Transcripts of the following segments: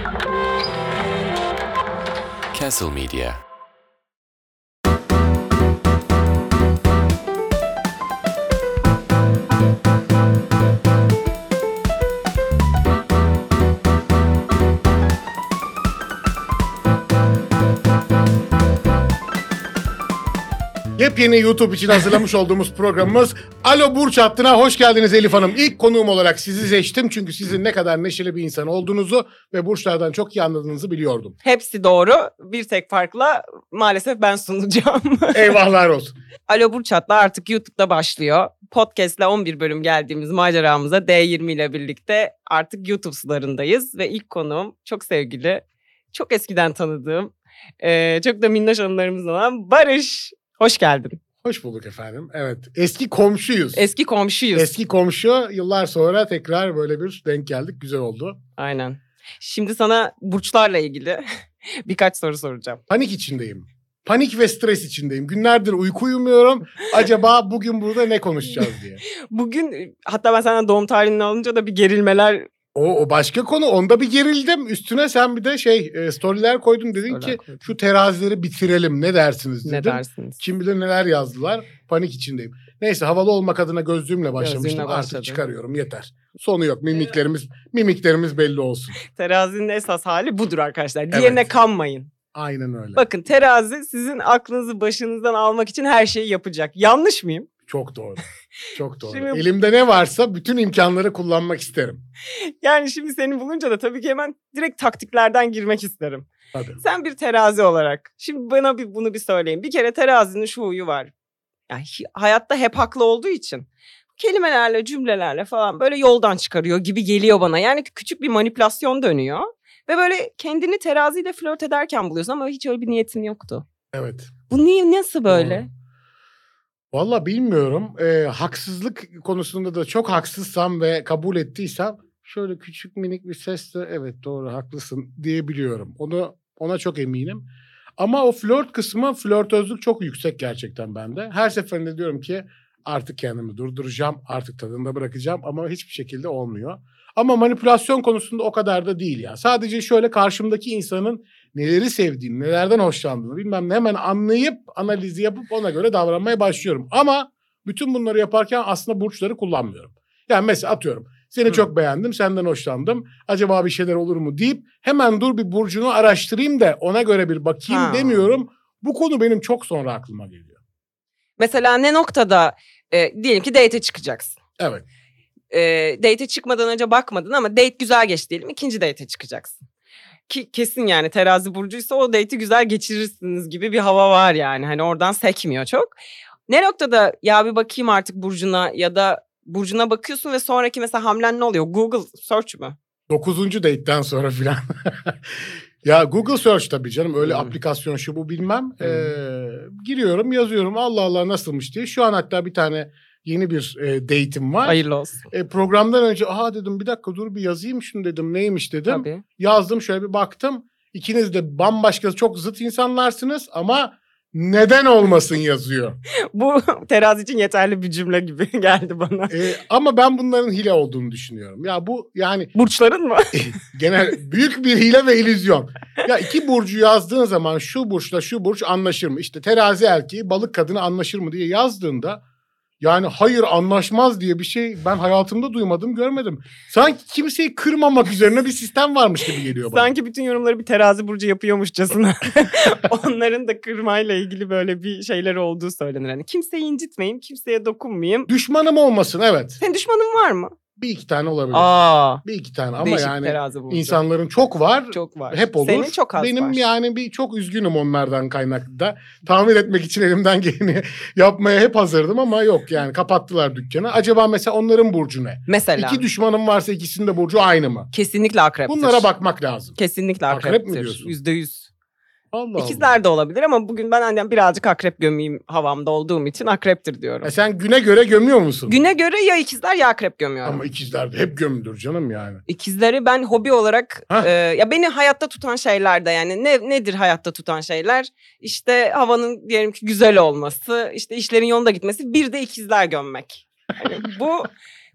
Castle Media. Yepyeni YouTube için hazırlamış olduğumuz programımız Alo Burç Hattı'na hoş geldiniz Elif Hanım. İlk konuğum olarak sizi seçtim çünkü sizin ne kadar neşeli bir insan olduğunuzu ve burçlardan çok iyi anladığınızı biliyordum. Hepsi doğru. Bir tek farkla maalesef ben sunacağım. Eyvahlar olsun. Alo Burç Hattı artık YouTube'da başlıyor. Podcast'le 11 bölüm geldiğimiz maceramıza D20 ile birlikte artık YouTube sularındayız. Ve ilk konuğum çok sevgili, çok eskiden tanıdığım, çok da minnoş anılarımız olan Barış. Hoş geldin. Hoş bulduk efendim. Evet, eski komşuyuz. Eski komşuyuz. Eski komşu, yıllar sonra tekrar böyle bir denk geldik. Güzel oldu. Aynen. Şimdi sana burçlarla ilgili birkaç soru soracağım. Panik içindeyim. Panik ve stres içindeyim. Günlerdir uyku uyumuyorum. Acaba bugün burada ne konuşacağız diye. Bugün hatta ben senden doğum tarihini alınca da bir gerilmeler... O başka konu. Onda bir gerildim. Üstüne sen bir de storyler koydun. Dedin ki şu terazileri bitirelim. Ne dersiniz dedim. Ne dersiniz? Kim bilir neler yazdılar. Panik içindeyim. Neyse, havalı olmak adına gözlüğümle başlamıştım. Artık çıkarıyorum, yeter. Sonu yok. Mimiklerimiz belli olsun. Terazinin esas hali budur arkadaşlar. Diğerine kanmayın. Aynen öyle. Bakın, terazi sizin aklınızı başınızdan almak için her şeyi yapacak. Yanlış mıyım? Çok doğru. Çok doğru. Şimdi... Elimde ne varsa bütün imkanları kullanmak isterim. Yani şimdi seni bulunca da tabii ki hemen direkt taktiklerden girmek isterim. Tabii. Sen bir terazi olarak şimdi bana bunu bir söyleyin. Bir kere terazinin şu huyu var. Yani hayatta hep haklı olduğu için kelimelerle, cümlelerle falan böyle yoldan çıkarıyor gibi geliyor bana. Yani küçük bir manipülasyon dönüyor. Ve böyle kendini teraziyle flört ederken buluyorsun ama hiç öyle bir niyetin yoktu. Evet. Bu niye, nasıl böyle? Doğru. Vallahi bilmiyorum. Haksızlık konusunda da çok haksızsam ve kabul ettiysem şöyle küçük minik bir sesle evet doğru haklısın diyebiliyorum. Ona çok eminim. Ama o flört kısmı, flörtözlük çok yüksek gerçekten bende. Her seferinde diyorum ki artık kendimi durduracağım, artık tadında bırakacağım ama hiçbir şekilde olmuyor. Ama manipülasyon konusunda o kadar da değil ya. Sadece şöyle karşımdaki insanın neleri sevdiğini, nelerden hoşlandığını bilmem ne hemen anlayıp analizi yapıp ona göre davranmaya başlıyorum. Ama bütün bunları yaparken aslında burçları kullanmıyorum. Yani mesela atıyorum seni çok beğendim, senden hoşlandım. Acaba bir şeyler olur mu deyip hemen dur bir burcunu araştırayım da ona göre bir bakayım demiyorum. Bu konu benim çok sonra aklıma geliyor. Mesela ne noktada diyelim ki date'e çıkacaksın. Evet. Date'e çıkmadan önce bakmadın ama date güzel geçti diyelim. İkinci date'e çıkacaksın. Ki kesin yani terazi burcuysa o date'i güzel geçirirsiniz gibi bir hava var yani. Hani oradan sekmiyor çok. Ne noktada ya bir bakayım artık burcuna ya da burcuna bakıyorsun ve sonraki mesela hamlen ne oluyor? Google search mü? 9. date'den sonra filan. Ya Google search tabii canım. Öyle aplikasyon şu bu bilmem. Giriyorum, yazıyorum. Allah Allah nasılmış diye. Şu an hatta bir tane yeni bir date'im var. Hayırlı olsun. Programdan önce dedim bir dakika dur bir yazayım şunu dedim. Neymiş dedim. Tabii. Yazdım, şöyle bir baktım. İkiniz de bambaşka çok zıt insanlarsınız ama neden olmasın yazıyor. Bu terazi için yeterli bir cümle gibi geldi bana. Ama ben bunların hile olduğunu düşünüyorum. Ya bu yani... Burçların mı? Genel büyük bir hile ve illüzyon. Ya iki burcu yazdığın zaman şu burçla şu burç anlaşır mı? İşte terazi erkeği balık kadını anlaşır mı diye yazdığında yani hayır anlaşmaz diye bir şey ben hayatımda duymadım, görmedim. Sanki kimseyi kırmamak üzerine bir sistem varmış gibi geliyor bana. Sanki bütün yorumları bir terazi burcu yapıyormuşçasına. Onların da kırmayla ilgili böyle bir şeyler olduğu söylenir. Hani kimseyi incitmeyeyim, kimseye dokunmayayım. Düşmanım olmasın, evet. Senin düşmanın var mı? Bir iki tane olabilir. Bir iki tane ama değişik yani insanların çok var. Çok var. Hep olur. Senin çok az Benim var. yani çok üzgünüm onlardan kaynaklı da. Tahmin etmek için elimden geleni yapmaya hep hazırdım ama yok yani kapattılar dükkanı. Acaba mesela onların burcu ne? Mesela. İki düşmanım varsa ikisinin de burcu aynı mı? Kesinlikle akreptir. Bunlara bakmak lazım. Kesinlikle akreptir. Akrep mi diyorsun? %100. Allah İkizler de olabilir ama bugün ben annem birazcık akrep gömeyim havamda olduğum için akreptir diyorum. Sen güne göre gömüyor musun? Güne göre ya ikizler ya akrep gömüyorum. Ama ikizler de hep gömülür canım yani. İkizleri ben hobi olarak ya beni hayatta tutan şeyler de yani nedir hayatta tutan şeyler? İşte havanın diyelim ki güzel olması, işte işlerin yolunda gitmesi, bir de ikizler gömmek. Yani bu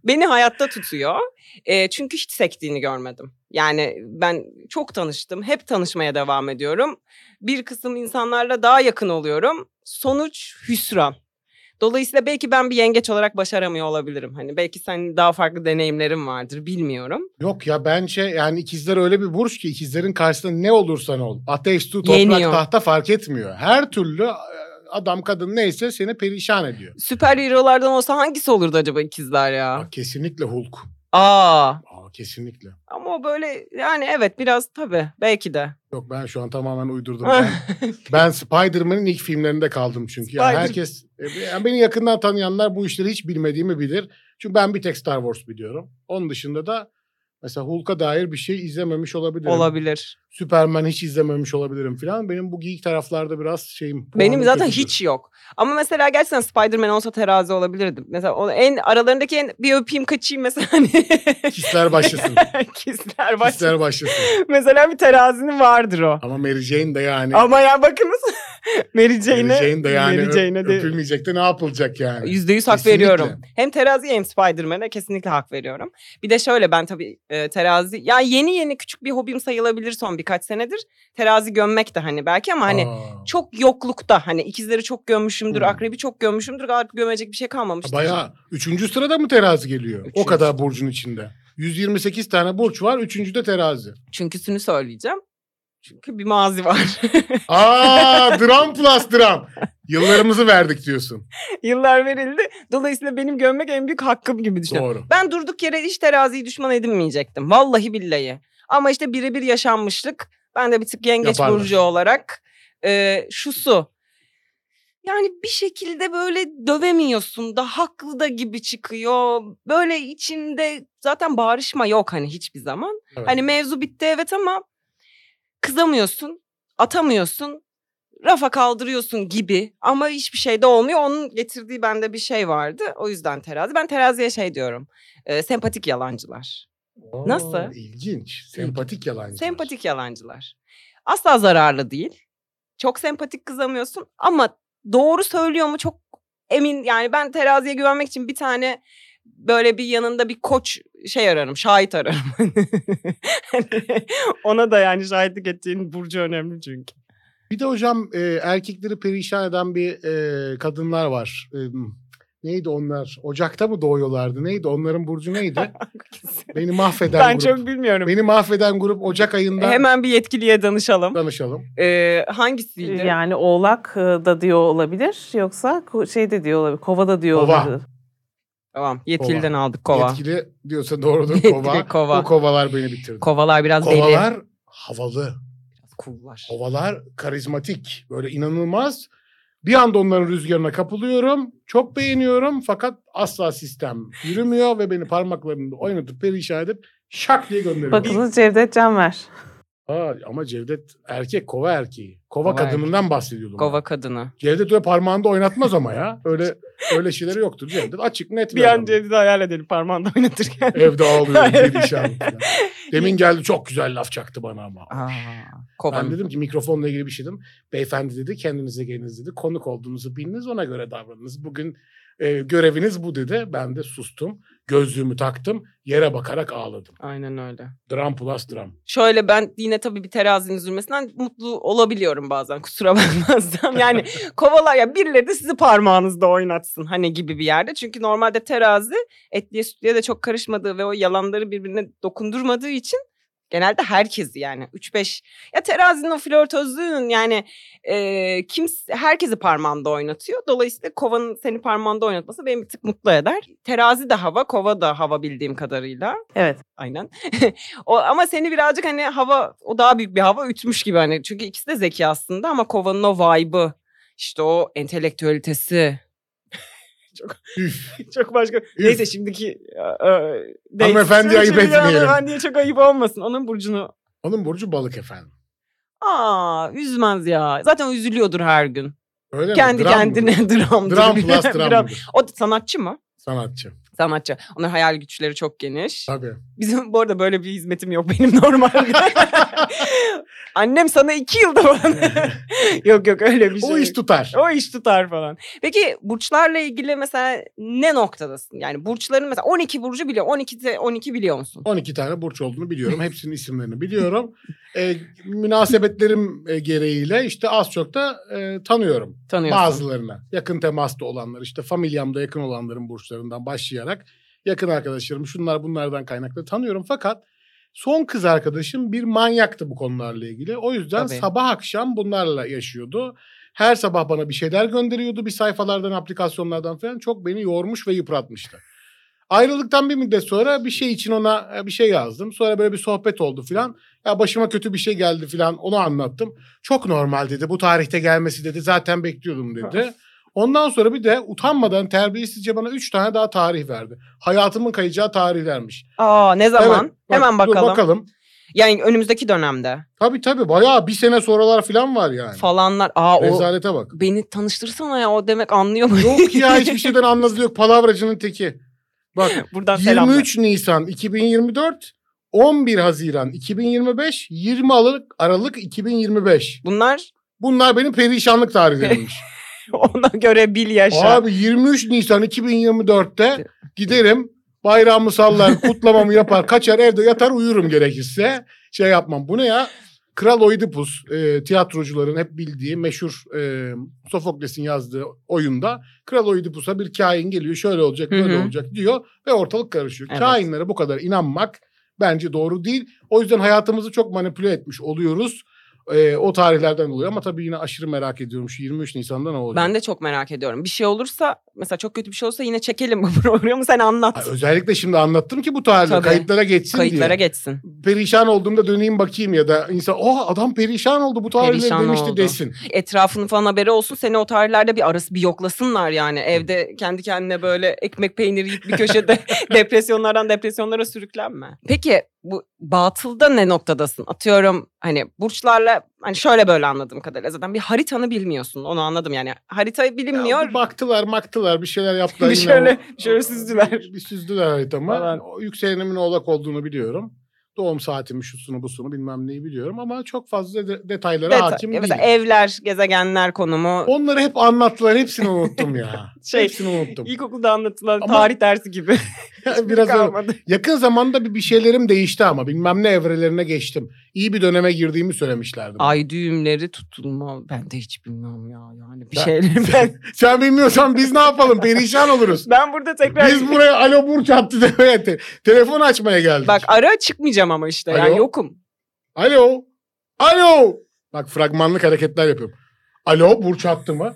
Beni hayatta tutuyor. Çünkü hiç sektiğini görmedim. Yani ben çok tanıştım. Hep tanışmaya devam ediyorum. Bir kısım insanlarla daha yakın oluyorum. Sonuç hüsran. Dolayısıyla belki ben bir yengeç olarak başaramıyor olabilirim. Hani belki senin daha farklı deneyimlerin vardır, bilmiyorum. Yok ya, bence yani ikizler öyle bir burç ki ikizlerin karşısında ne olursan ol. Ateş, su, toprak, Yeniyor. tahta fark etmiyor. Her türlü adam kadın neyse seni perişan ediyor. Süper hero'lardan olsa hangisi olurdu acaba ikizler ya? Bak, kesinlikle Hulk. Aa, Kesinlikle. ama o böyle yani evet biraz tabii belki de. Yok, ben şu an tamamen uydurdum. Ben Spider-Man'in ilk filmlerinde kaldım çünkü. Yani herkes, yani beni yakından tanıyanlar bu işleri hiç bilmediğimi bilir. Çünkü ben bir tek Star Wars biliyorum. Onun dışında da mesela Hulk'a dair bir şey izlememiş olabilirim. Olabilir. Superman hiç izlememiş olabilirim falan. Benim bu geek taraflarda biraz şeyim. Benim zaten kötüdür. hiç yok. Ama mesela gerçekten Spider-Man olsa terazi olabilirdim. Mesela o aralarındaki bir öpeyim kaçayım mesela. Hani. Hisler başlasın. Hisler başlasın. Hisler başlasın. Mesela bir terazinin vardır o. Ama Mary Jane de yani. Ama ya bakınız. Mary Jane'e de yani de öpülmeyecek de ne yapılacak yani? %100 hak Kesinlikle. veriyorum. Hem teraziye hem Spider-Man'e kesinlikle hak veriyorum. Bir de şöyle ben tabii terazi... Ya yeni küçük bir hobim sayılabilir son birkaç senedir. Terazi gömmek de hani belki ama hani çok yoklukta. Hani ikizleri çok gömmüşümdür, akrebi çok gömmüşümdür. Artık gömecek bir şey kalmamıştır. Bayağı 3. sırada mı terazi geliyor? O kadar burcun içinde. 128 tane burç var, 3. de terazi. Çünküsünü söyleyeceğim. Çünkü bir mazi var. Dram plus dram. Yıllarımızı verdik diyorsun. Yıllar verildi. Dolayısıyla benim gömmek en büyük hakkım gibi düşünüyorum. Doğru. Ben durduk yere hiç teraziyi düşman edinmeyecektim. Vallahi billahi. Ama işte birebir yaşanmışlık. Ben de bir tık yengeç burcu olarak şusu. Yani bir şekilde böyle dövemiyorsun da haklı da gibi çıkıyor. Böyle içinde zaten bağırışma yok hani hiçbir zaman. Evet. Hani mevzu bitti evet ama kızamıyorsun, atamıyorsun, rafa kaldırıyorsun gibi ama hiçbir şey de olmuyor. Onun getirdiği bende bir şey vardı. O yüzden terazi. Ben teraziye şey diyorum. Sempatik yalancılar. Nasıl? İlginç. Sempatik yalancılar. Sempatik yalancılar. Asla zararlı değil. Çok sempatik kızamıyorsun ama doğru söylüyor mu çok emin. Yani ben teraziye güvenmek için bir tane böyle bir yanında bir koç şey ararım, şahit ararım. Ona da yani şahitlik edeceğin burcu önemli çünkü. Bir de hocam erkekleri perişan eden bir kadınlar var. Neydi onlar? Ocakta mı doğuyorlardı? Neydi? Onların burcu neydi? Beni mahveden ben grup. Ben çok bilmiyorum. Beni mahveden grup Ocak ayında. Hemen bir yetkiliye danışalım. Hangisiydi? Yani Oğlak da diyor olabilir. Yoksa şey de diyor olabilir. Kova da diyor olabilir. Tamam. Yetkiliden aldık kova. Yetkili diyorsa doğrudur kova. Kova. O kovalar beni bitirdi. Kovalar biraz deli. Kovalar havalı. Cool'lar. Kovalar karizmatik. Böyle inanılmaz. Bir anda onların rüzgarına kapılıyorum. Çok beğeniyorum fakat asla sistem yürümüyor ve beni parmaklarımda oynatıp perişan edip şak diye gönderiyor. Bakınız Cevdet Canver. Ama Cevdet erkek, kova erkeği. Kova kadınından bahsediyordum. Kova kadını. Cevdet öyle parmağında oynatmaz ama ya. Öyle şeyleri yoktur Cevdet. Açık net. Bir an Cevdet'i hayal edelim parmağında oynatırken. Evde ağlıyor perişan. Demin geldi çok güzel laf çaktı bana ama. Ben dedim ki mikrofonla ilgili bir şey dedim. Beyefendi dedi kendinize geliniz dedi. Konuk olduğunuzu biliniz ona göre davranınız. Bugün göreviniz bu dedi. Ben de sustum. Gözlüğümü taktım. Yere bakarak ağladım. Aynen öyle. Dram plus dram. Şöyle ben yine tabii bir terazinin üzülmesinden mutlu olabiliyorum bazen. Kusura bakmazsam. Yani kovalar ya birileri de sizi parmağınızda oynatsın hani gibi bir yerde. Çünkü normalde terazi etliye sütlüye de çok karışmadığı ve o yalanları birbirine dokundurmadığı için genelde herkesi yani 3-5 ya terazinin o flörtözlüğünün yani herkesi parmağında oynatıyor. Dolayısıyla kovanın seni parmağında oynatması beni bir tık mutlu eder. Terazi de hava, kova da hava bildiğim kadarıyla. Evet. Aynen. Ama seni birazcık hani hava o daha büyük bir hava ütmüş gibi hani çünkü ikisi de zeki aslında ama kovanın o vibe'ı işte o entelektüelitesi. Çok başka. Neyse şimdiki hanımefendi ayıp etmeyelim. Hanımefendiye çok ayıp olmasın. Onun burcu balık efendim. Üzmez ya. Zaten üzülüyordur her gün. Öyle kendi mi? Kendine dramdır. Dram plus dram. O sanatçı mı? Sanatçı. Onların hayal güçleri çok geniş. Tabii. Bizim bu arada böyle bir hizmetim yok benim normalde. Annem sana 2 yılda falan. Yok öyle bir şey. O iş tutar. O iş tutar falan. Peki burçlarla ilgili mesela ne noktadasın? Yani burçların mesela 12 burcu biliyor. 12 biliyor musun? 12 tane burç olduğunu biliyorum. Hepsinin isimlerini biliyorum. Münasebetlerim gereğiyle işte az çok da tanıyorum. Tanıyorsun. Bazılarına. Yakın temasta olanlar, işte familyamda yakın olanların burçlarından başlayarak yakın arkadaşlarım şunlar bunlardan kaynaklı tanıyorum. Fakat son kız arkadaşım bir manyaktı bu konularla ilgili. O yüzden Tabii. sabah akşam bunlarla yaşıyordu. Her sabah bana bir şeyler gönderiyordu. Bir sayfalardan, aplikasyonlardan falan. Çok beni yormuş ve yıpratmıştı. Ayrılıktan bir müddet sonra bir şey için ona bir şey yazdım. Sonra böyle bir sohbet oldu filan. Ya başıma kötü bir şey geldi filan, onu anlattım. Çok normal dedi, bu tarihte gelmesi dedi, zaten bekliyordum dedi. Ondan sonra bir de utanmadan terbiyesizce bana 3 tane daha tarih verdi. Hayatımın kayacağı tarihlermiş. Aa, ne zaman? Evet, bak, Hemen dur bakalım. bakalım. Yani önümüzdeki dönemde Tabii bayağı bir sene sonralar filan var yani. falanlar. Aa, o Rezalete bak. beni tanıştırsana ya, o demek anlıyor mu? Yok ya, hiçbir şeyden anladığı yok. Palavracının teki. Bak, Buradan selamlar. 23 Nisan 2024, 11 Haziran 2025, 20 Aralık 2025. Bunlar benim perişanlık tarihlerimmiş. Ona göre bil yaşa. Abi 23 Nisan 2024'te giderim, bayrağımı sallar, kutlamamı yapar, kaçar evde yatar uyurum gerekirse. Şey yapmam. Bu ne ya? Kral Oidipus, tiyatrocuların hep bildiği meşhur Sofokles'in yazdığı oyunda Kral Oidipus'a bir kahin geliyor, şöyle olacak böyle olacak diyor ve ortalık karışıyor. Evet. Kahinlere bu kadar inanmak bence doğru değil. O yüzden hayatımızı çok manipüle etmiş oluyoruz. O tarihlerden oluyor ama tabii yine aşırı merak ediyorum şu 23 Nisan'da ne olacak? Ben de çok merak ediyorum. Bir şey olursa, mesela çok kötü bir şey olursa yine çekelim bu programı, sen anlat. Ay, özellikle şimdi anlattım ki bu tarihte Tabii. kayıtlara geçsin Kayıtlara diye. geçsin. Perişan olduğumda döneyim bakayım ya da insan adam perişan oldu bu tarihleri Perişan demişti oldu. desin. Etrafının falan haberi olsun, seni o tarihlerde bir yoklasınlar yani. Evde kendi kendine böyle ekmek peyniri yiyip bir köşede depresyonlardan depresyonlara sürüklenme. Peki bu batılda ne noktadasın? Atıyorum hani burçlarla, hani şöyle böyle anladığım kadarıyla zaten bir haritanı bilmiyorsun, onu anladım yani. Haritayı bilinmiyor. Ya, maktılar bir şeyler yaptılar. Bir yine şöyle süzdüler. Bir süzdüler haritamı. Falan. O yükselenimin oğlak olduğunu biliyorum. Doğum saatimi, şusunu busunu bilmem neyi biliyorum ama çok fazla detaylara hakim değilim. Mesela evler, gezegenler konumu. Onları hep anlattılar. Hepsini unuttum ya. Hepsini unuttum. İlkokulda anlatılan Ama- tarih dersi gibi. Biraz öyle. kalmadı. Yakın zamanda bir şeylerim değişti ama bilmem ne evrelerine geçtim. İyi bir döneme girdiğimi söylemişlerdi. Ay düğümleri tutulma. Ben de hiç bilmiyorum ya. Yani bir Ben- şeyleri ben. Sen bilmiyorsan biz ne yapalım? Perişan oluruz. Ben burada tekrar. Biz buraya alo burç attı demeye telefon açmaya geldik. Bak ara çıkmayacağım ama işte. Alo? Yani yokum. Alo. Bak fragmanlık hareketler yapıyorum. Alo burç attı mı?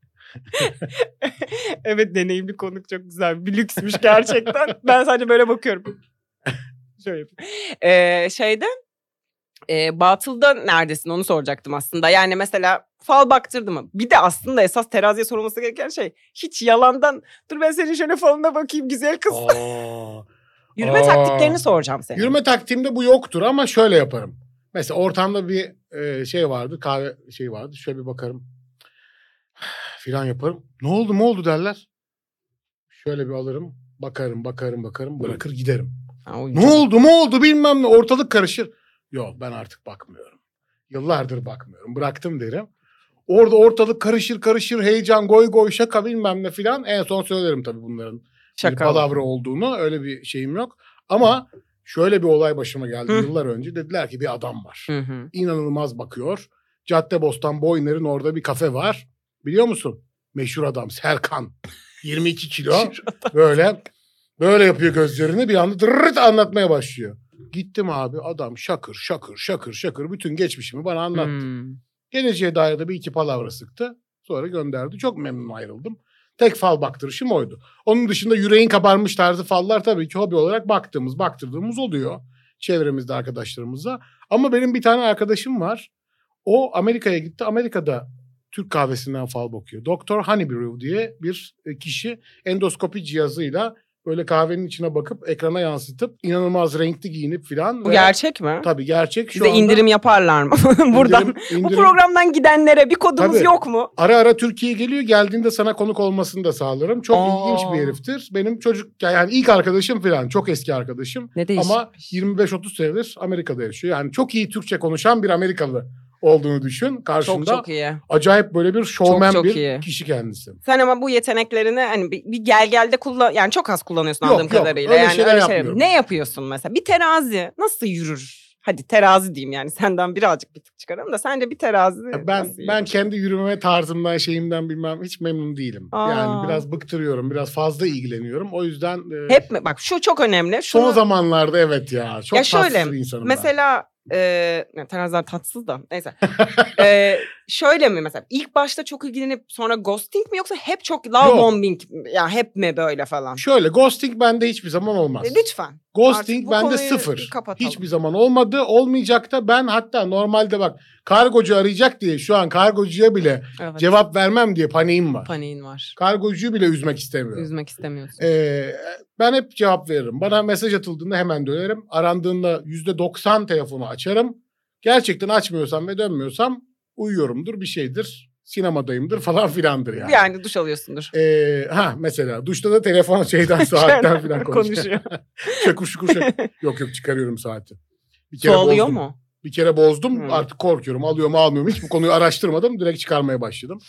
Evet, deneyimli konuk çok güzel. Bir lüksmüş gerçekten. Ben sadece böyle bakıyorum. Şöyle yapayım. Batılda neredesin onu soracaktım aslında. Yani mesela fal baktırdı mı? Bir de aslında esas teraziye sorulması gereken şey, hiç yalandan dur ben senin şöyle falına bakayım güzel kız. Yürüme taktiklerini soracağım senin. Yürüme taktiğimde bu yoktur ama şöyle yaparım. Mesela ortamda bir şey vardı, kahve şey vardı. Şöyle bir bakarım. Filan yaparım. Ne oldu derler. Şöyle bir alırım. Bakarım. Bırakır giderim. Ne oldu bilmem ne. Ortalık karışır. Yok ben artık bakmıyorum. Yıllardır bakmıyorum. Bıraktım derim. Orada ortalık karışır. Heyecan, goy şaka bilmem ne filan. En son söylerim tabii bunların bir palavra olduğunu. Öyle bir şeyim yok. Ama şöyle bir olay başıma geldi yıllar önce. Dediler ki bir adam var. İnanılmaz bakıyor. Caddebostan Boyner'in orada bir kafe var. Biliyor musun? Meşhur adam Serkan. 22 kilo. Böyle yapıyor gözlerini, bir anda dırırt anlatmaya başlıyor. Gittim abi, adam şakır bütün geçmişimi bana anlattı. Geleceğe dair de bir iki palavra sıktı. Sonra gönderdi. Çok memnun ayrıldım. Tek fal baktırışım oydu. Onun dışında yüreğin kabarmış tarzı fallar tabii ki hobi olarak baktırdığımız oluyor. Çevremizde arkadaşlarımızla. Ama benim bir tane arkadaşım var. O Amerika'ya gitti. Amerika'da Türk kahvesinden fal bakıyor. Dr. Honeybrew diye bir kişi endoskopi cihazıyla böyle kahvenin içine bakıp ekrana yansıtıp inanılmaz renkli giyinip filan. Bu gerçek mi? Tabii gerçek. Şu Bize anda indirim yaparlar mı? Buradan bu programdan gidenlere bir kodumuz Tabii. yok mu? Ara ara Türkiye'ye geliyor. Geldiğinde sana konuk olmasını da sağlarım. Çok ilginç bir heriftir. Benim çocuk yani ilk arkadaşım filan. Çok eski arkadaşım. Ne değişik. Ama 25-30 senedir Amerika'da yaşıyor. Yani çok iyi Türkçe konuşan bir Amerikalı olduğunu düşün. Karşında Çok iyi. acayip böyle bir şovmen Çok bir iyi. kişi kendisi. Sen ama bu yeteneklerini hani bir gel de kullan, yani çok az kullanıyorsun anladığım kadarıyla. Öyle yani şeyler öyle yapmıyorum. Ne yapıyorsun mesela? Bir terazi nasıl yürür? Hadi terazi diyeyim yani senden birazcık bir tık çıkaralım da sence bir terazi nasıl Ben yürür? kendi yürümeme tarzımdan şeyimden bilmem hiç memnun değilim. Yani biraz bıktırıyorum. Biraz fazla ilgileniyorum. O yüzden hep mi? Bak şu çok önemli. son zamanlarda evet ya. Çok ya şöyle, tatsız bir insanım mesela teraziler tatsız da neyse. Şöyle mi mesela ilk başta çok ilgilenip sonra ghosting mi yoksa hep çok love bombing ya hep mi böyle falan? Şöyle ghosting bende hiçbir zaman olmaz. Lütfen. Ghosting bende sıfır. Hiçbir zaman olmadı. Olmayacak da ben hatta normalde bak kargocu arayacak diye şu an kargocuya bile cevap vermem diye paniğim var. Paniğin var. Kargocuyu bile üzmek istemiyorum. Üzmek istemiyorsun. Ben hep cevap veririm. Bana mesaj atıldığında hemen dönerim. Arandığında %90 telefonu açarım. Gerçekten açmıyorsam ve dönmüyorsam uyuyorumdur bir şeydir. Sinemadayımdır falan filandır yani. Yani duş alıyorsundur. Mesela duşta da telefon saatten filan konuşuyor. şakur şukur. Yok çıkarıyorum saati. Bir kere alıyor bozdum. mu? Bir kere bozdum. Artık korkuyorum. Alıyor mu almıyor mu? Hiç bu konuyu araştırmadım. Direkt çıkarmaya başladım.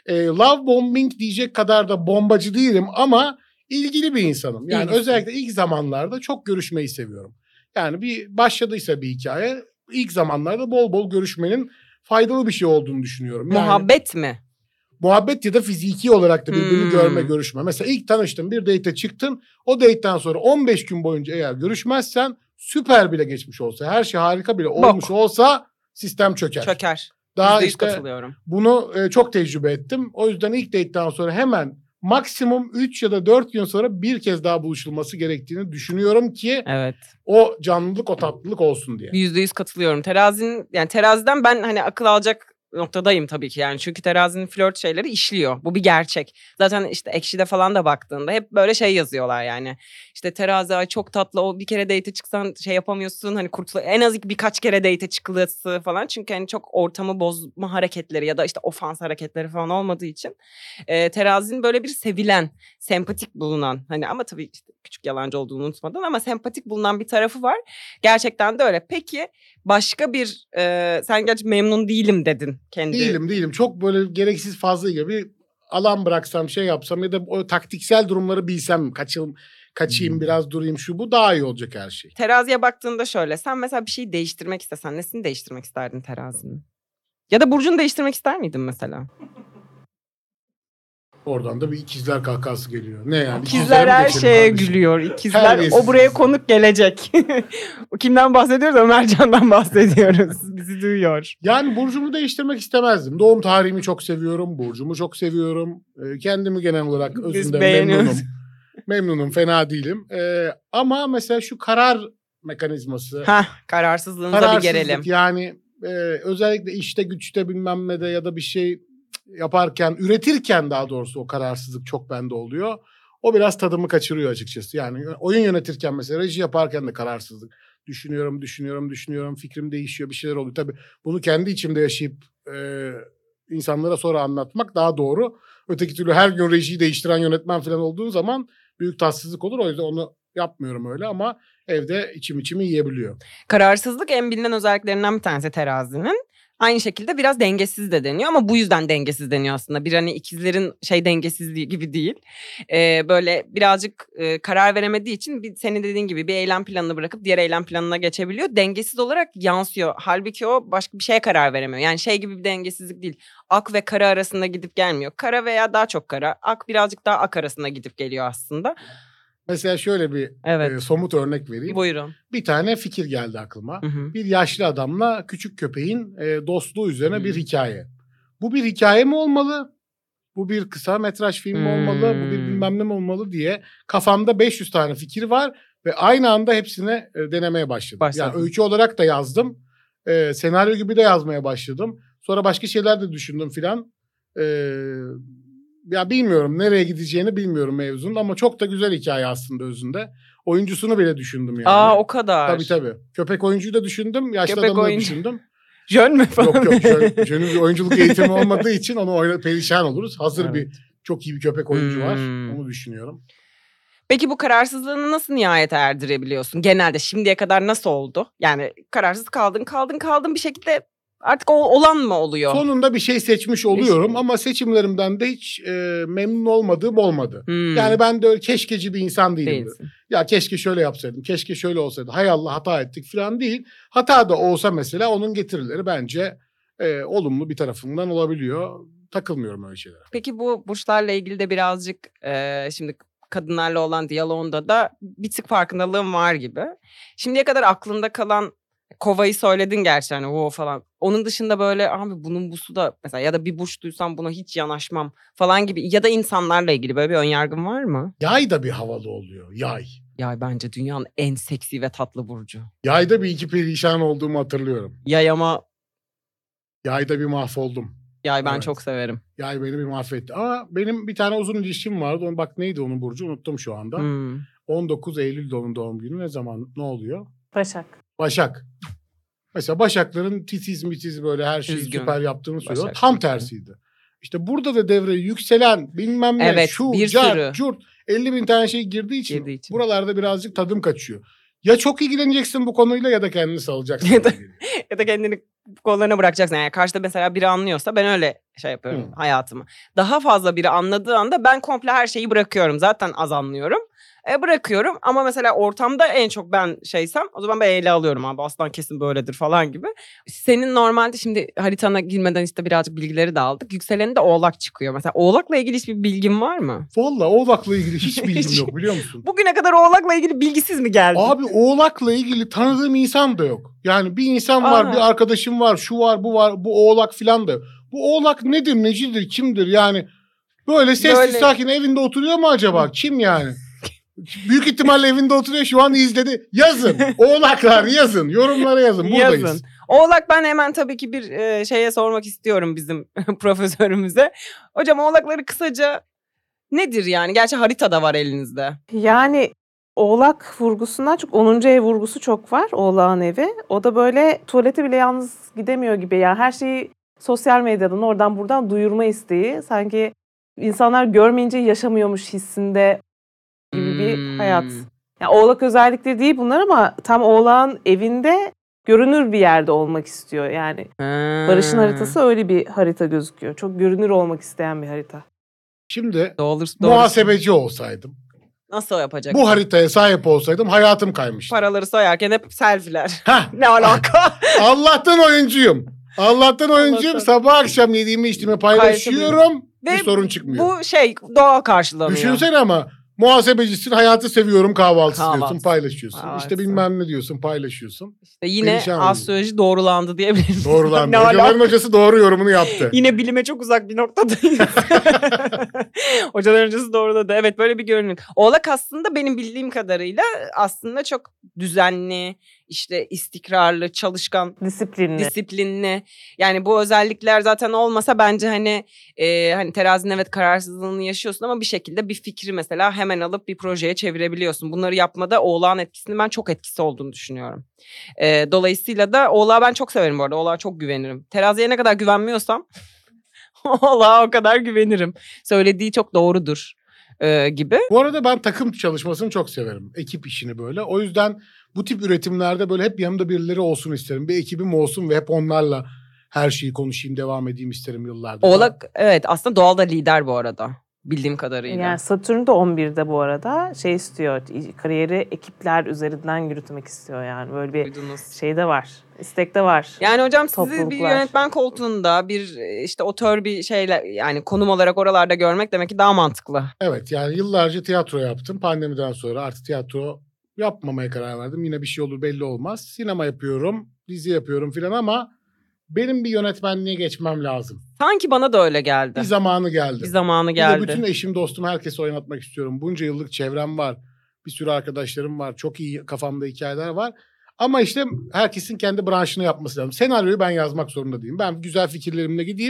Love bombing diyecek kadar da bombacı değilim ama ilgili bir insanım. Yani özellikle ilk zamanlarda çok görüşmeyi seviyorum. Yani bir başladıysa bir hikaye ilk zamanlarda bol bol görüşmenin faydalı bir şey olduğunu düşünüyorum. Yani, muhabbet mi? Muhabbet ya da fiziki olarak da birbirini görme, görüşme. Mesela ilk tanıştın, bir date'e çıktın. O date'ten sonra 15 gün boyunca eğer görüşmezsen süper bile geçmiş olsa, her şey harika bile olmuş olsa sistem çöker. Çöker. Daha %100 katılıyorum. Bunu çok tecrübe ettim. O yüzden ilk date'ten sonra hemen maksimum 3 ya da 4 gün sonra bir kez daha buluşulması gerektiğini düşünüyorum ki o canlılık, o tatlılık olsun diye. %100 katılıyorum. Teraziden ben hani akıl alacak noktadayım tabii ki yani çünkü terazinin flört şeyleri işliyor. Bu bir gerçek. Zaten işte Ekşi'de falan da baktığında hep böyle şey yazıyorlar yani. İşte terazi ay çok tatlı, o bir kere date'e çıksan şey yapamıyorsun hani en az birkaç kere date'e çıkılması falan. Çünkü hani çok ortamı bozma hareketleri ya da işte ofans hareketleri falan olmadığı için terazinin böyle bir sevilen, sempatik bulunan hani ama tabii işte küçük yalancı olduğunu unutmadan ama sempatik bulunan bir tarafı var. Gerçekten de öyle. Peki başka bir sen gerçi memnun değilim dedin. Değilim. Çok böyle gereksiz fazla gibi alan bıraksam şey yapsam ya da o taktiksel durumları bilsem kaçayım biraz durayım şu bu daha iyi olacak her şey. Teraziye baktığında şöyle sen mesela bir şeyi değiştirmek istesen nesini değiştirmek isterdin terazinin? Ya da burcunu değiştirmek ister miydin mesela? Oradan da bir ikizler kahkahası geliyor. Ne yani? İkizler her şeye gülüyor. İkizler o buraya konuk gelecek. Kimden bahsediyoruz? Ömercan'dan bahsediyoruz. Bizi duyuyor. Yani burcumu değiştirmek istemezdim. Doğum tarihimi çok seviyorum. Burcumu çok seviyorum. Kendimi genel olarak özünde memnunum. Memnunum. Fena değilim. Ama mesela şu karar mekanizması. Kararsızlığınıza bir gelelim. Yani özellikle işte güçte bilmem ne de ya da bir şey yaparken, üretirken daha doğrusu o kararsızlık çok bende oluyor. O biraz tadımı kaçırıyor açıkçası. Yani oyun yönetirken mesela reji yaparken de kararsızlık. Düşünüyorum. Fikrim değişiyor, bir şeyler oluyor. Tabii bunu kendi içimde yaşayıp insanlara sonra anlatmak daha doğru. Öteki türlü her gün rejiyi değiştiren yönetmen falan olduğun zaman büyük tatsızlık olur. O yüzden onu yapmıyorum öyle ama evde içimi yiyebiliyor. Kararsızlık en bilinen özelliklerinden bir tanesi terazinin. Aynı şekilde biraz dengesiz de deniyor ama bu yüzden dengesiz deniyor aslında. Bir hani ikizlerin dengesizliği gibi değil. Böyle birazcık karar veremediği için senin dediğin gibi bir eylem planını bırakıp diğer eylem planına geçebiliyor. Dengesiz olarak yansıyor. Halbuki o başka bir şeye karar veremiyor. Yani şey gibi bir dengesizlik değil. Ak ve kara arasında gidip gelmiyor. Kara veya daha çok kara. Ak birazcık daha ak arasında gidip geliyor aslında. Mesela şöyle bir somut örnek vereyim. Buyurun. Bir tane fikir geldi aklıma. Hı. Bir yaşlı adamla küçük köpeğin dostluğu üzerine bir hikaye. Bu bir hikaye mi olmalı? Bu bir kısa metraj film mi olmalı? Bu bir bilmem ne mi olmalı diye kafamda 500 tane fikir var ve aynı anda hepsini denemeye başladım. Yani öykü olarak da yazdım. Senaryo gibi de yazmaya başladım. Sonra başka şeyler de düşündüm filan. ya bilmiyorum nereye gideceğini bilmiyorum mevzunun ama çok da güzel hikaye aslında özünde. Oyuncusunu bile düşündüm yani. Aa, o kadar. Tabii. Köpek oyuncuyu da düşündüm. Yaşlı Köpek adamı da oyuncu. düşündüm. Jön mü falan? Yok. Jön'ün bir oyunculuk eğitimi olmadığı için onu perişan oluruz. Hazır Evet. bir çok iyi bir köpek oyuncu var. Hmm. Onu düşünüyorum. Peki bu kararsızlığını nasıl nihayete erdirebiliyorsun? Genelde şimdiye kadar nasıl oldu? Yani kararsız kaldın bir şekilde artık olan mı oluyor? Sonunda bir şey seçmiş oluyorum ama seçimlerimden de hiç memnun olmadığım olmadı. Yani ben de öyle keşkeci bir insan değilim. Değilsin. Ya keşke şöyle yapsaydım, keşke şöyle olsaydı. Hay Allah hata ettik falan değil. Hata da olsa mesela onun getirileri bence olumlu bir tarafından olabiliyor. Takılmıyorum öyle şeylere. Peki bu burçlarla ilgili de birazcık şimdi kadınlarla olan diyaloğunda da bir tık farkındalığım var gibi. Şimdiye kadar aklında kalan kovayı söyledin gerçi hani o falan. Onun dışında böyle abi bunun busu da mesela ya da bir burç duysam buna hiç yanaşmam falan gibi ya da insanlarla ilgili böyle bir önyargın var mı? Yay da bir havalı oluyor. Yay. Yay bence dünyanın en seksi ve tatlı burcu. Yayda bir iki perişan olduğumu hatırlıyorum. Yay ama Yayda bir mahvoldum. yay ben Evet. çok severim. Yay beni bir mahvetti. Ama benim bir tane uzun ilişkim vardı. Bak neydi onun burcu unuttum şu anda. 19 Eylül'de onun doğum günü. Ne zaman ne oluyor? Başak. Başak. Mesela Başakların titiz mitiz böyle her şeyi Üzgün. süper yaptığını söylüyor. Başak Tam çünkü. tersiydi. İşte burada da devreye yükselen bilmem ne Evet, şu bir cart, sürü. curt 50 bin tane şey girdiği için, Girdiği için. buralarda birazcık tadım kaçıyor. Ya çok ilgileneceksin bu konuyla ya da kendini salacaksın. Ya da- Ya da kendini kollarına bırakacaksın. Yani karşıda mesela biri anlıyorsa ben öyle şey yapıyorum hayatımı. Daha fazla biri anladığı anda ben komple her şeyi bırakıyorum. Zaten az anlıyorum. Bırakıyorum ama mesela ortamda en çok ben şeysem o zaman ben ele alıyorum abi aslan kesin böyledir falan gibi. Senin normalde şimdi haritana girmeden işte birazcık bilgileri de aldık. Yükselenin de oğlak çıkıyor. Mesela oğlakla ilgili hiçbir bilgin var mı? Vallahi Oğlak'la ilgili hiç bilgim yok biliyor musun? Bugüne kadar oğlakla ilgili bilgisiz mi geldin? Abi Oğlak'la ilgili tanıdığım insan da yok. Yani bir insan var, Aa. bir arkadaşım var, şu var, bu var, bu Oğlak filan da yok. Bu Oğlak nedir, necidir, kimdir yani? Böyle sessiz Böyle- sakin evinde oturuyor mu acaba? Kim yani? Büyük ihtimalle evinde oturuyor şu an izledi. Yazın. Oğlaklar yazın. Yorumlara yazın. Buradayız. Yazın. Oğlak ben hemen tabii ki bir şeye sormak istiyorum bizim profesörümüze. Hocam oğlakları kısaca nedir yani? Gerçi harita da var elinizde. Yani Oğlak vurgusundan çok 10. ev vurgusu çok var. Oğlağın evi. O da böyle tuvalete bile yalnız gidemiyor gibi. Yani her şeyi sosyal medyadan oradan buradan duyurma isteği. Sanki insanlar görmeyince yaşamıyormuş hissinde gibi bir hayat. Yani Oğlak özellikleri değil bunlar ama tam Oğlağın evinde görünür bir yerde olmak istiyor. Yani Barış'ın haritası öyle bir harita gözüküyor. Çok görünür olmak isteyen bir harita. Şimdi Doğru. muhasebeci olsaydım, Nasıl yapacak? bu haritaya sahip olsaydım hayatım kaymıştı. Paraları soyarken hep selfiler. Heh, Ne alaka? Allah'tan oyuncuyum. Allah'tan oyuncuyum. Allah'tan. Sabah akşam yediğimi içtiğimi paylaşıyorum. Ve bir sorun çıkmıyor. Bu şey doğal karşılanıyor. Düşünsene ama muhasebecisin, hayatı seviyorum, kahvaltısı Kahvaltı. diyorsun, paylaşıyorsun. Kahvaltı. İşte bilmem ne diyorsun, paylaşıyorsun. İşte yine Perişan astroloji doğrulandı diyebiliriz. Doğrulandı. Ne Hocaların alaka? hocası doğru yorumunu yaptı. Yine bilime çok uzak bir noktadayız. Hocalar öncesi doğruladı. Evet böyle bir görünüm. Oğlak aslında benim bildiğim kadarıyla aslında çok düzenli, işte istikrarlı, çalışkan, Disiplinli. disiplinli. Yani bu özellikler zaten olmasa bence hani terazinin evet kararsızlığını yaşıyorsun ama bir şekilde bir fikri mesela hemen alıp bir projeye çevirebiliyorsun. Bunları yapmada Oğlağın etkisini ben çok etkisi olduğunu düşünüyorum. Dolayısıyla da Oğlağı ben çok severim bu arada. Oğlağa çok güvenirim. Teraziye ne kadar güvenmiyorsam Oğlağa o kadar güvenirim. Söylediği çok doğrudur gibi. Bu arada ben takım çalışmasını çok severim. Ekip işini böyle. O yüzden bu tip üretimlerde böyle hep yanımda birileri olsun isterim. Bir ekibim olsun ve hep onlarla her şeyi konuşayım, devam edeyim isterim yıllardır. Oğlak evet aslında doğal da lider bu arada. Bildiğim kadarıyla. Yani Satürn de 11'de bu arada şey istiyor. Kariyeri ekipler üzerinden yürütmek istiyor yani. Böyle bir Duydunuz. şey de var. İstek de var. Yani hocam sizi bir Topluluklar. yönetmen koltuğunda bir işte otör bir şeyle yani konum olarak oralarda görmek demek ki daha mantıklı. Evet yani yıllarca tiyatro yaptım. Pandemiden sonra artık tiyatro yapmamaya karar verdim. Yine bir şey olur belli olmaz. Sinema yapıyorum, dizi yapıyorum filan ama benim bir yönetmenliğe geçmem lazım. Sanki bana da öyle geldi. Bir zamanı geldi. Bir zamanı Bir de geldi. bütün eşim dostum herkesi oynatmak istiyorum. Bunca yıllık çevrem var. Bir sürü arkadaşlarım var. Çok iyi kafamda hikayeler var. Ama işte herkesin kendi branşını yapması lazım. Senaryoyu ben yazmak zorunda değilim. Ben güzel fikirlerimle gideyim.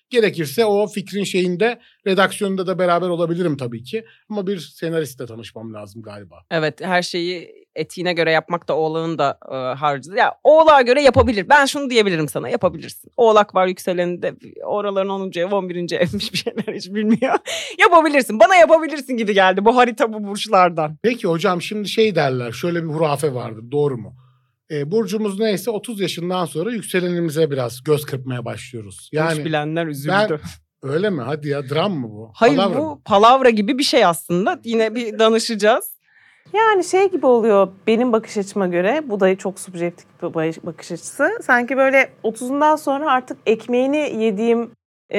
Gerekirse o fikrin şeyinde, redaksiyonunda da beraber olabilirim tabii ki. Ama bir senaristle tanışmam lazım galiba. Evet, her şeyi etiğine göre yapmak da Oğlak'ın da harcı. Ya Oğlak'a göre yapabilir. Ben şunu diyebilirim sana, yapabilirsin. Oğlak var yükseleninde, oraların 10. ev 11. evmiş, bir şeyler hiç bilmiyor. Yapabilirsin. Bana yapabilirsin gibi geldi bu harita, bu burçlardan. Peki hocam, şimdi şey derler, şöyle bir hurafe vardır, doğru mu? Burcumuz neyse 30 yaşından sonra yükselenimize biraz göz kırpmaya başlıyoruz. Yani bilenler üzüldü. Öyle mi? Hadi ya, dram mı bu? Hayır, Palavra bu mı? palavra gibi bir şey aslında. Yine bir danışacağız. Yani şey gibi oluyor benim bakış açıma göre. Bu da çok subjektif bir bakış açısı. Sanki böyle 30'undan sonra artık ekmeğini yediğim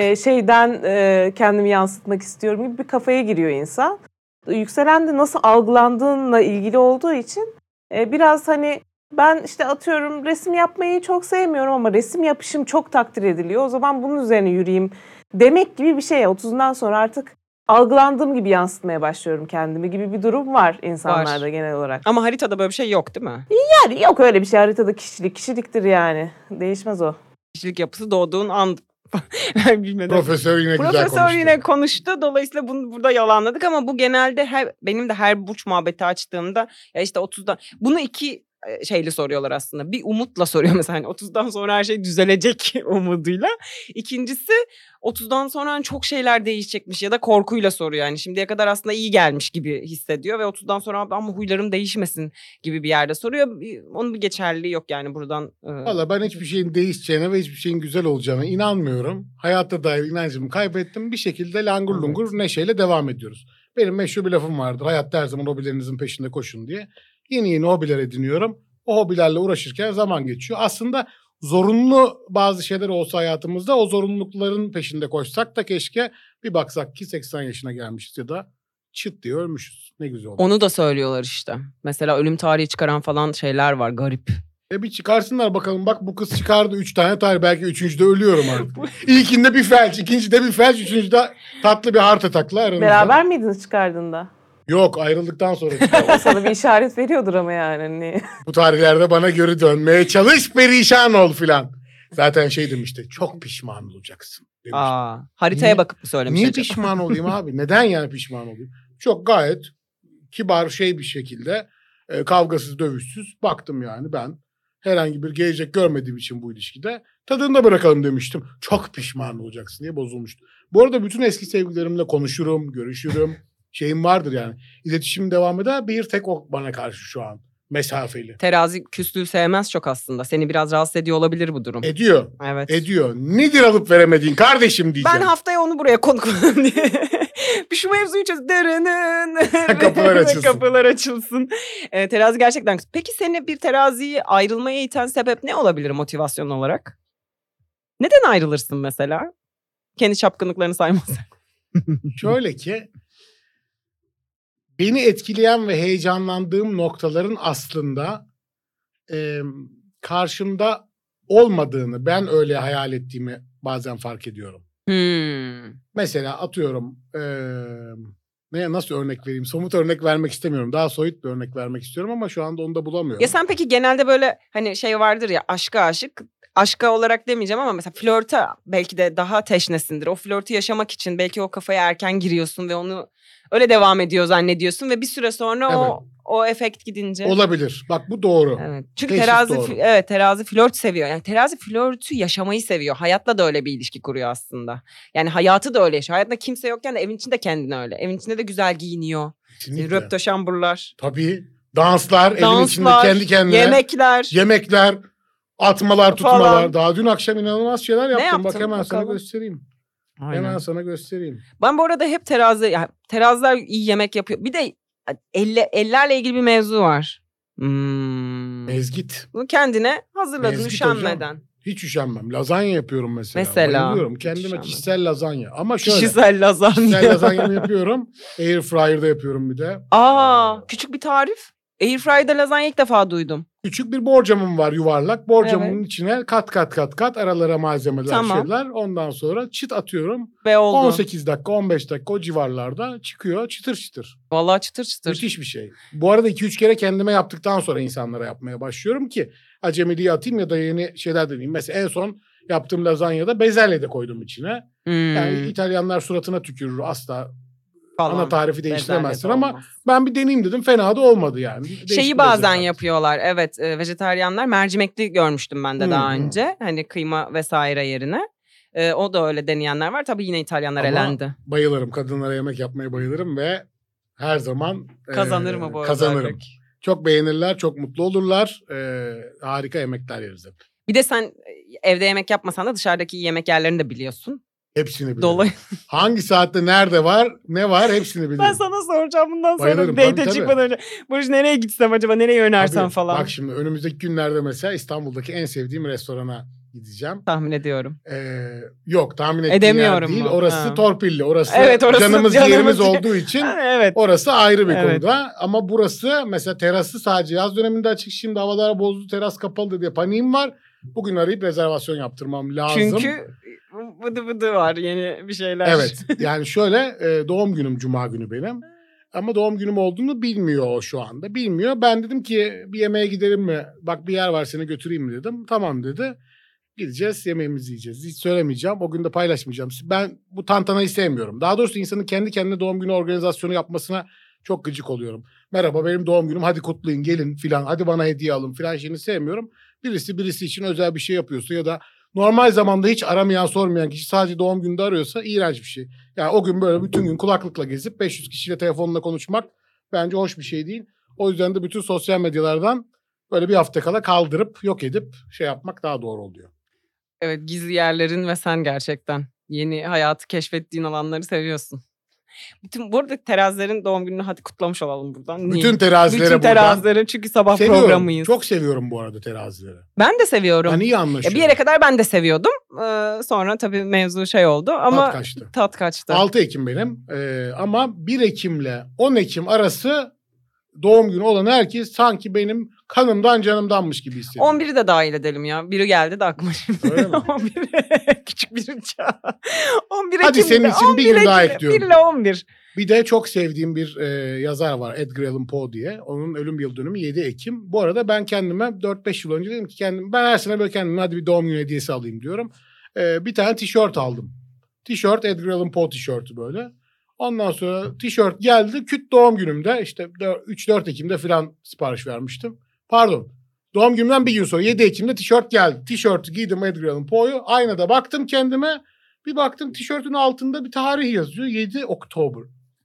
şeyden kendimi yansıtmak istiyorum gibi bir kafaya giriyor insan. Yükselen de nasıl algılandığınla ilgili olduğu için biraz hani ben işte atıyorum resim yapmayı çok sevmiyorum ama resim yapışım çok takdir ediliyor. O zaman bunun üzerine yürüyeyim demek gibi bir şey. 30'undan sonra artık algılandığım gibi yansıtmaya başlıyorum kendimi gibi bir durum var insanlarda genel olarak. Ama haritada böyle bir şey yok değil mi? Yani yok öyle bir şey, haritada kişiliktir yani. Değişmez o. Kişilik yapısı doğduğun an. Bilmeden. Profesör yine güzel konuştu. Profesör yine konuştu. Dolayısıyla bunu burada yalanladık ama bu genelde benim de her burç muhabbeti açtığımda ya işte 30'dan bunu iki şeyle soruyorlar aslında. Bir umutla soruyor mesela, hani 30'dan sonra her şey düzelecek umuduyla. İkincisi 30'dan sonra çok şeyler değişecekmiş ya da korkuyla soruyor. Yani şimdiye kadar aslında iyi gelmiş gibi hissediyor ve 30'dan sonra ama huylarım değişmesin gibi bir yerde soruyor. Onun bir geçerliliği yok yani buradan. Valla ben hiçbir şeyin değişeceğine ve hiçbir şeyin güzel olacağına inanmıyorum. Hayatta dair inancımı kaybettim. Bir şekilde langur lungur neşeyle devam ediyoruz. Benim meşhur bir lafım vardır. Hayatta her zaman hobilerinizin peşinde koşun diye. Yeni hobiler ediniyorum. O hobilerle uğraşırken zaman geçiyor. Aslında zorunlu bazı şeyler olsa hayatımızda, o zorunlulukların peşinde koşsak da keşke bir baksak ki 80 yaşına gelmişiz ya da çıt diye ölmüşüz. Ne güzel olur. Onu da söylüyorlar işte. Mesela ölüm tarihi çıkaran falan şeyler var, garip. Bir çıkarsınlar bakalım, bak bu kız çıkardı 3 tane tarih, belki 3. ölüyorum artık. İlkinde bir felç, ikincide bir felç, 3. tatlı bir heart attack'la aranızda. Beraber miydiniz çıkardığında? Yok, ayrıldıktan sonra çıkardım. O sana bir işaret veriyordur ama yani. Hani. Bu tarihlerde bana geri dönmeye çalış, perişan ol filan. Zaten şey demişti, çok pişman olacaksın demişti. Haritaya Niye- bakıp mı söylemiş Niye acaba? pişman olayım abi? Neden yani pişman olayım? Çok gayet kibar bir şekilde kavgasız dövüşsüz baktım yani ben. Herhangi bir gelecek görmediğim için bu ilişkide tadında bırakalım demiştim. Çok pişman olacaksın diye bozulmuştu. Bu arada bütün eski sevgililerimle konuşurum, görüşürüm. Şeyim vardır yani. İletişim devam eder. Bir tek o bana karşı şu an mesafeli. Terazi küslüğü sevmez çok aslında. Seni biraz rahatsız ediyor olabilir bu durum. Ediyor. Evet. Ediyor. Nedir alıp veremediğin kardeşim diyeceğim. Ben haftaya onu buraya konuk alayım diye. Bir şu mevzuyu çöz. Kapılar açılsın. Kapılar açılsın. Terazi gerçekten. Peki seni bir teraziyi ayrılmaya iten sebep ne olabilir motivasyon olarak? Neden ayrılırsın mesela? Kendi çapkınlıklarını saymazsan. Şöyle ki beni etkileyen ve heyecanlandığım noktaların aslında karşımda olmadığını, ben öyle hayal ettiğimi bazen fark ediyorum. Mesela atıyorum nasıl örnek vereyim? Somut örnek vermek istemiyorum. Daha soyut bir örnek vermek istiyorum ama şu anda onu da bulamıyorum. Ya sen peki genelde böyle hani şey vardır ya, aşka aşık. Aşka olarak demeyeceğim ama mesela flörte belki de daha teşnesindir. O flörtü yaşamak için belki o kafaya erken giriyorsun ve onu öyle devam ediyor zannediyorsun ve bir süre sonra o efekt gidince. Olabilir. Bak bu doğru. Evet. Çünkü Teşhis terazi doğru. terazi flört seviyor. Yani terazi flörtü yaşamayı seviyor. Hayatla da öyle bir ilişki kuruyor aslında. Yani hayatı da öyle yaşıyor. Hayatında kimse yokken de evin içinde kendine öyle. Evin içinde de güzel giyiniyor. Kesinlikle. Röptoşamburlar. Tabii. Danslar, evin içinde kendi kendine. Yemekler, atmalar, tutmalar. Falan. Daha dün akşam inanılmaz şeyler yaptım. yaptın? Bak hemen sana Bakalım. göstereyim. Aynen. Hemen sana göstereyim. Ben bu arada hep teraziler iyi yemek yapıyor. Bir de ellerle ilgili bir mevzu var. Mezgit. Bunu kendine hazırladın Mezgit üşenmeden. Hiç üşenmem. Lazanya yapıyorum mesela. Mesela. Bayılıyorum. Hiç Kendime üşenmem. kişisel lazanya. Ama şöyle. Kişisel lazanya. Kişisel lazanyamı yapıyorum. Air fryer'da yapıyorum bir de. Küçük bir tarif. Airfryer'da lazanya ilk defa duydum. Küçük bir borcamım var, yuvarlak. Borcamın içine kat aralara malzemeler, Tamam. şeyler. Ondan sonra çıt atıyorum. Ve oldu. 18 dakika, 15 dakika o civarlarda çıkıyor çıtır çıtır. Vallahi çıtır çıtır. Müthiş bir şey. Bu arada 2-3 kere kendime yaptıktan sonra insanlara yapmaya başlıyorum ki acemiliği atayım ya da yeni şeyler deneyeyim. Mesela en son yaptığım lazanyada bezelye de koydum içine. Yani İtalyanlar suratına tükürür asla. Falan. Ana tarifi Bezelye değiştiremezsin de ama olmaz. ben bir deneyeyim dedim. Fena da olmadı yani. Değişik Şeyi bir bazen lezzet. yapıyorlar. Evet, vejetaryenler mercimekli görmüştüm ben de daha Hı. önce. Hani kıyma vesaire yerine. O da öyle deneyenler var. Tabii yine İtalyanlar Ama elendi. bayılırım. Kadınlara yemek yapmayı bayılırım ve her zaman Kazanır mı bu arada? kazanırım. Çok beğenirler, çok mutlu olurlar. Harika yemekler yeriz hep. Bir de sen evde yemek yapmasan da dışarıdaki yemek yerlerini de biliyorsun. Hepsini bilirim. Dolayısıyla Hangi saatte nerede var, ne var hepsini bilirim. ben sana soracağım bundan sonra Bayılırım, date'e tabii. çıkmadan önce. Burç nereye gitsem acaba, nereye önersen Tabii. falan. Bak şimdi önümüzdeki günlerde mesela İstanbul'daki en sevdiğim restorana gideceğim. Tahmin ediyorum. Yok tahmin ettiğim yer Edemiyorum değil. mu? Orası Ha. torpilli. Orası, Evet, orası canımız canımız yerimiz yer- olduğu için Evet. orası ayrı bir Evet. konuda. Ama burası mesela terası sadece yaz döneminde açık. Şimdi havalar bozdu, teras kapalı diye paniğim var. Bugün arayıp rezervasyon yaptırmam lazım. Çünkü vıdı vıdı var yeni bir şeyler. Evet. Yani şöyle doğum günüm cuma günü benim. Ama doğum günüm olduğunu bilmiyor o şu anda. Bilmiyor. Ben dedim ki bir yemeğe gidelim mi? Bak bir yer var seni götüreyim mi dedim. Tamam dedi. Gideceğiz yemeğimizi yiyeceğiz. Hiç söylemeyeceğim. O gün de paylaşmayacağım. Ben bu tantanayı sevmiyorum. Daha doğrusu insanın kendi kendine doğum günü organizasyonu yapmasına çok gıcık oluyorum. Merhaba benim doğum günüm hadi kutlayın gelin filan. Hadi bana hediye alın filan şeyini sevmiyorum. Birisi için özel bir şey yapıyorsa ya da normal zamanda hiç aramayan sormayan kişi sadece doğum gününde arıyorsa iğrenç bir şey. Yani o gün böyle bütün gün kulaklıkla gezip 500 kişiyle telefonla konuşmak bence hoş bir şey değil. O yüzden de bütün sosyal medyalardan böyle bir hafta kala kaldırıp yok edip şey yapmak daha doğru oluyor. Evet, gizli yerlerin ve sen gerçekten yeni hayatı keşfettiğin alanları seviyorsun. Bu arada terazilerin doğum gününü hadi kutlamış olalım buradan. Niye? Bütün terazilere Bütün buradan terazilerin çünkü sabah seviyorum. programıyız. Çok seviyorum bu arada terazileri. Ben de seviyorum. Ben iyi Ya anlaşıyorum. bir yere kadar ben de seviyordum. Sonra tabii mevzu şey oldu ama Tat kaçtı. tat kaçtı. 6 Ekim benim. Ama 1 Ekim'le 10 Ekim arası doğum günü olan herkes sanki benim kanımdan canımdanmış gibi hissediyor. 11'i de dahil edelim ya. Biri geldi de aklıma şimdi. Öyle mi? 11 küçük bir çağ. 11 Hadi Ekim'de, senin için bir 11 gün daha Ekim'de, ekliyorum. 1 ile 11. Bir de çok sevdiğim bir yazar var Edgar Allan Poe diye. Onun ölüm yıl dönümü 7 Ekim. Bu arada ben kendime 4-5 yıl önce dedim ki ben her sene böyle kendime hadi bir doğum günü hediyesi alayım diyorum. Bir tane tişört aldım. Tişört Edgar Allan Poe tişörtü böyle. Ondan sonra tişört geldi. Küt doğum günümde işte 3-4 Ekim'de falan sipariş vermiştim. Pardon. Doğum günümden bir gün sonra 7 Ekim'de tişört geldi. Tişörtü giydim Edgar Allan Poe'yu. Aynada baktım kendime. Bir baktım tişörtün altında bir tarih yazıyor. 7 Oktober.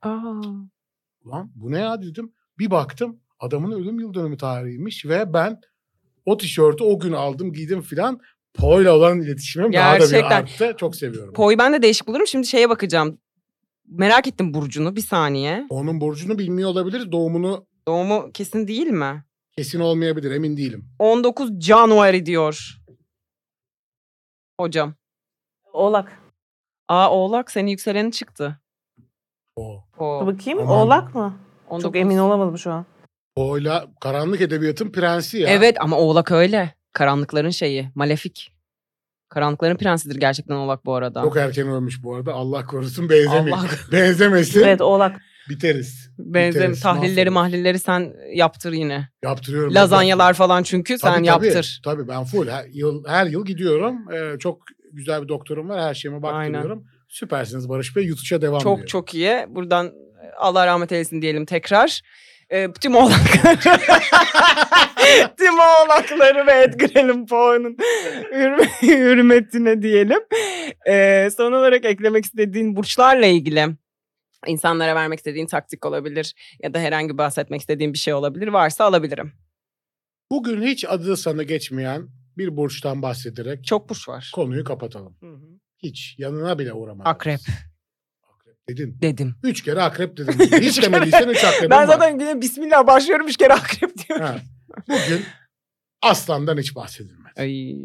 Ulan bu ne ya dedim. Bir baktım adamın ölüm yıl dönümü tarihiymiş ve ben o tişörtü o gün aldım giydim filan. Poe'yla olan iletişimim daha da bir Gerçekten. arttı. Çok seviyorum. Poe'yu ben de değişik bulurum. Şimdi şeye bakacağım. Merak ettim burcunu bir saniye. Onun burcunu bilmiyor olabilir. Doğumunu Doğumu kesin değil mi? kesin olmayabilir emin değilim. 19 January diyor. Hocam. Oğlak. Oğlak senin yükselenin çıktı. O. O. Bakayım Aman. oğlak mı? 19. Çok emin olamadım şu an. Poe'yla karanlık edebiyatın prensi ya. Evet ama oğlak öyle. Karanlıkların şeyi. Malefik. Karanlıkların prensidir gerçekten oğlak bu arada. Çok erken ölmüş bu arada. Allah korusun benzemeyin. Allah Benzemesin. Evet oğlak. Biteriz. benzem Biteriz, tahlilleri mahvoluruz. mahallleri sen yaptır yine. Yaptırıyorum. Lazanyalar falan çünkü sen Tabii, yaptır. Tabii ben full her yıl gidiyorum. Çok güzel bir doktorum var. Her şeyime baktırıyorum. Süpersiniz Barış Bey. YouTube'a devam ediyor. Çok çok iyi. Buradan Allah rahmet eylesin diyelim tekrar. Tüm oğlakları tüm oğlakları ve Edgar Allan Poe'nun hürmetine diyelim. Son olarak eklemek istediğin burçlarla ilgili insanlara vermek istediğin taktik olabilir ya da herhangi bahsetmek istediğin bir şey olabilir. Varsa alabilirim. Bugün hiç adı sana geçmeyen bir burçtan bahsederek Çok burç var. konuyu kapatalım. Hiç yanına bile uğramadım. Akrep Akrep dedin. dedim. 3 kere akrep dedin. Hiç demediysen 3 akrebim Ben var. zaten yine bismillah başlıyorum 3 kere akrep diyorum. Ha. Bugün aslandan hiç bahsedilmedi. Ay.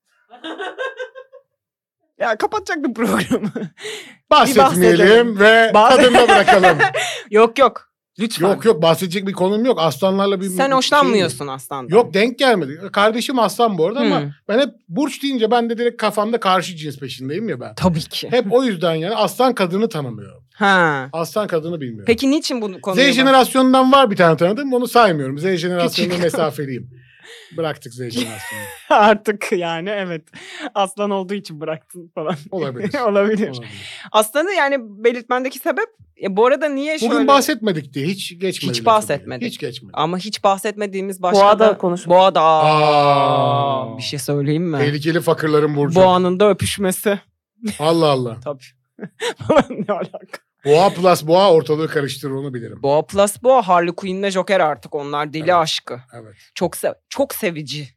Ya kapatacaktım programı. Bahsetmeyelim ve Bahs- tadında bırakalım. Yok. Lütfen. Yok bahsedecek bir konum yok. Aslanlarla bir Sen bir hoşlanmıyorsun şeyim aslandan. yok denk gelmedi. Kardeşim aslan bu arada ama Hmm. ben hep burç deyince ben de direkt kafamda karşı cins peşindeyim ya ben. Tabii ki. Hep o yüzden yani aslan kadını tanımıyorum. Ha. Aslan kadını bilmiyorum. Peki niçin bu konuyu... Z jenerasyonundan var bir tane tanıdığım onu saymıyorum. Z jenerasyonuna Küçük. mesafeliyim. Bıraktık Zeytin aslında. Artık yani evet. Aslan olduğu için bıraktın falan. Olabilir. Olabilir. Aslanı yani belirtmendeki sebep bu arada niye şöyle... Bugün bahsetmedik diye hiç geçmedi. Hiç bahsetmedik. Hiç geçmedi. Ama hiç bahsetmediğimiz başka Boğa'da konuşmuş. Boğa'da. Aa. Bir şey söyleyeyim mi? Tehlikeli fakirlerin burcu. Boğa'nın da öpüşmesi. Allah Allah. Tabii. Ne alaka? Boğa plus boğa ortalığı karıştırır, onu bilirim. Boğa plus Boğa, Harley Quinn'le Joker artık onlar deli Evet. aşkı. Evet. Çok sevici.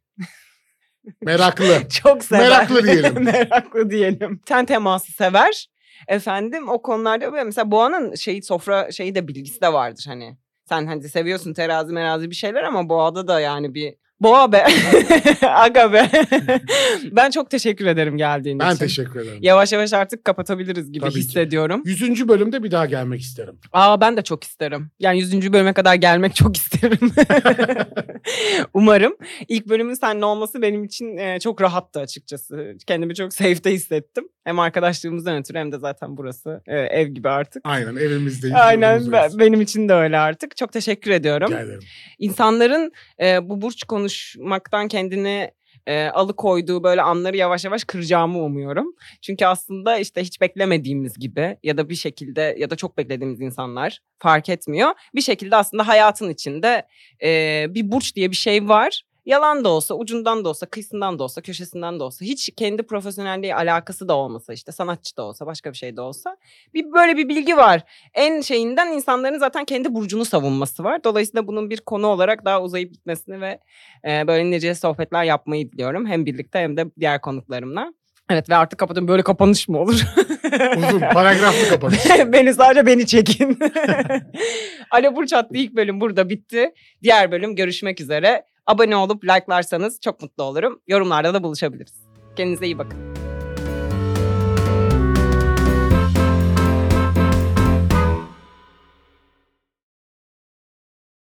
Meraklı. Çok sever. Meraklı diyelim. Meraklı diyelim. Ten teması sever. Efendim o konularda böyle mesela Boğa'nın sofra de bilgisi de vardır hani. Sen hani seviyorsun terazi merazi bir şeyler ama Boğa'da da yani bir Boğa be. Aga be. Ben çok teşekkür ederim geldiğin için. Ben teşekkür ederim. Yavaş yavaş artık kapatabiliriz gibi Tabii ki. hissediyorum. 100. bölümde bir daha gelmek isterim. Ben de çok isterim. Yani 100. bölüme kadar gelmek çok isterim. Umarım. İlk bölümün seninle olması benim için çok rahattı açıkçası. Kendimi çok safe'te hissettim. Hem arkadaşlığımızdan ötürü hem de zaten burası ev gibi artık. Aynen, evimizdeyiz. Aynen, benim için de öyle artık. Çok teşekkür ediyorum. Rica ederim. İnsanların bu burç konuşmaktan kendini alıkoyduğu böyle anları yavaş yavaş kıracağımı umuyorum. Çünkü aslında işte hiç beklemediğimiz gibi ya da bir şekilde ya da çok beklediğimiz insanlar fark etmiyor. Bir şekilde aslında hayatın içinde bir burç diye bir şey var. Yalan da olsa, ucundan da olsa, kıyısından da olsa, köşesinden de olsa, hiç kendi profesyonelliği alakası da olmasa, işte sanatçı da olsa, başka bir şey de olsa böyle bir bilgi var. En şeyinden insanların zaten kendi burcunu savunması var. Dolayısıyla bunun bir konu olarak daha uzayıp gitmesini ve böyle nice sohbetler yapmayı diliyorum. Hem birlikte hem de diğer konuklarımla. Evet ve artık kapatıyorum. Böyle kapanış mı olur? Uzun, paragraflı kapanış. Beni çekin. Alo Burç adlı ilk bölüm burada bitti. Diğer bölüm görüşmek üzere. Abone olup like'larsanız çok mutlu olurum. Yorumlarda da buluşabiliriz. Kendinize iyi bakın.